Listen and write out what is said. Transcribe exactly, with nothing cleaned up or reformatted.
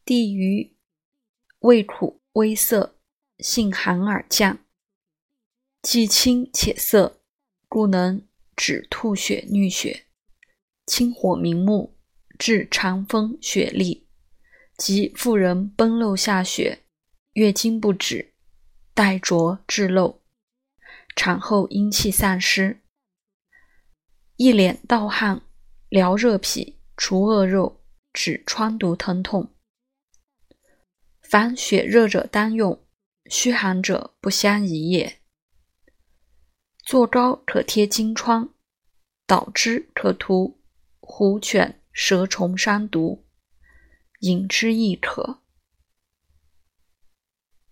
地榆味苦微涩，性寒而降，既清且涩，故能止吐血衄血，清火明目，治肠风血痢，及妇人崩漏下血，月经不止，带浊致漏，产后阴气散失。一脸盗汗，疗热痞，除恶肉，止疮毒疼痛。凡血热者当用，虚寒者不相宜也。坐膏可贴经疮，捣汁可涂虎犬蛇虫伤毒，饮之亦可。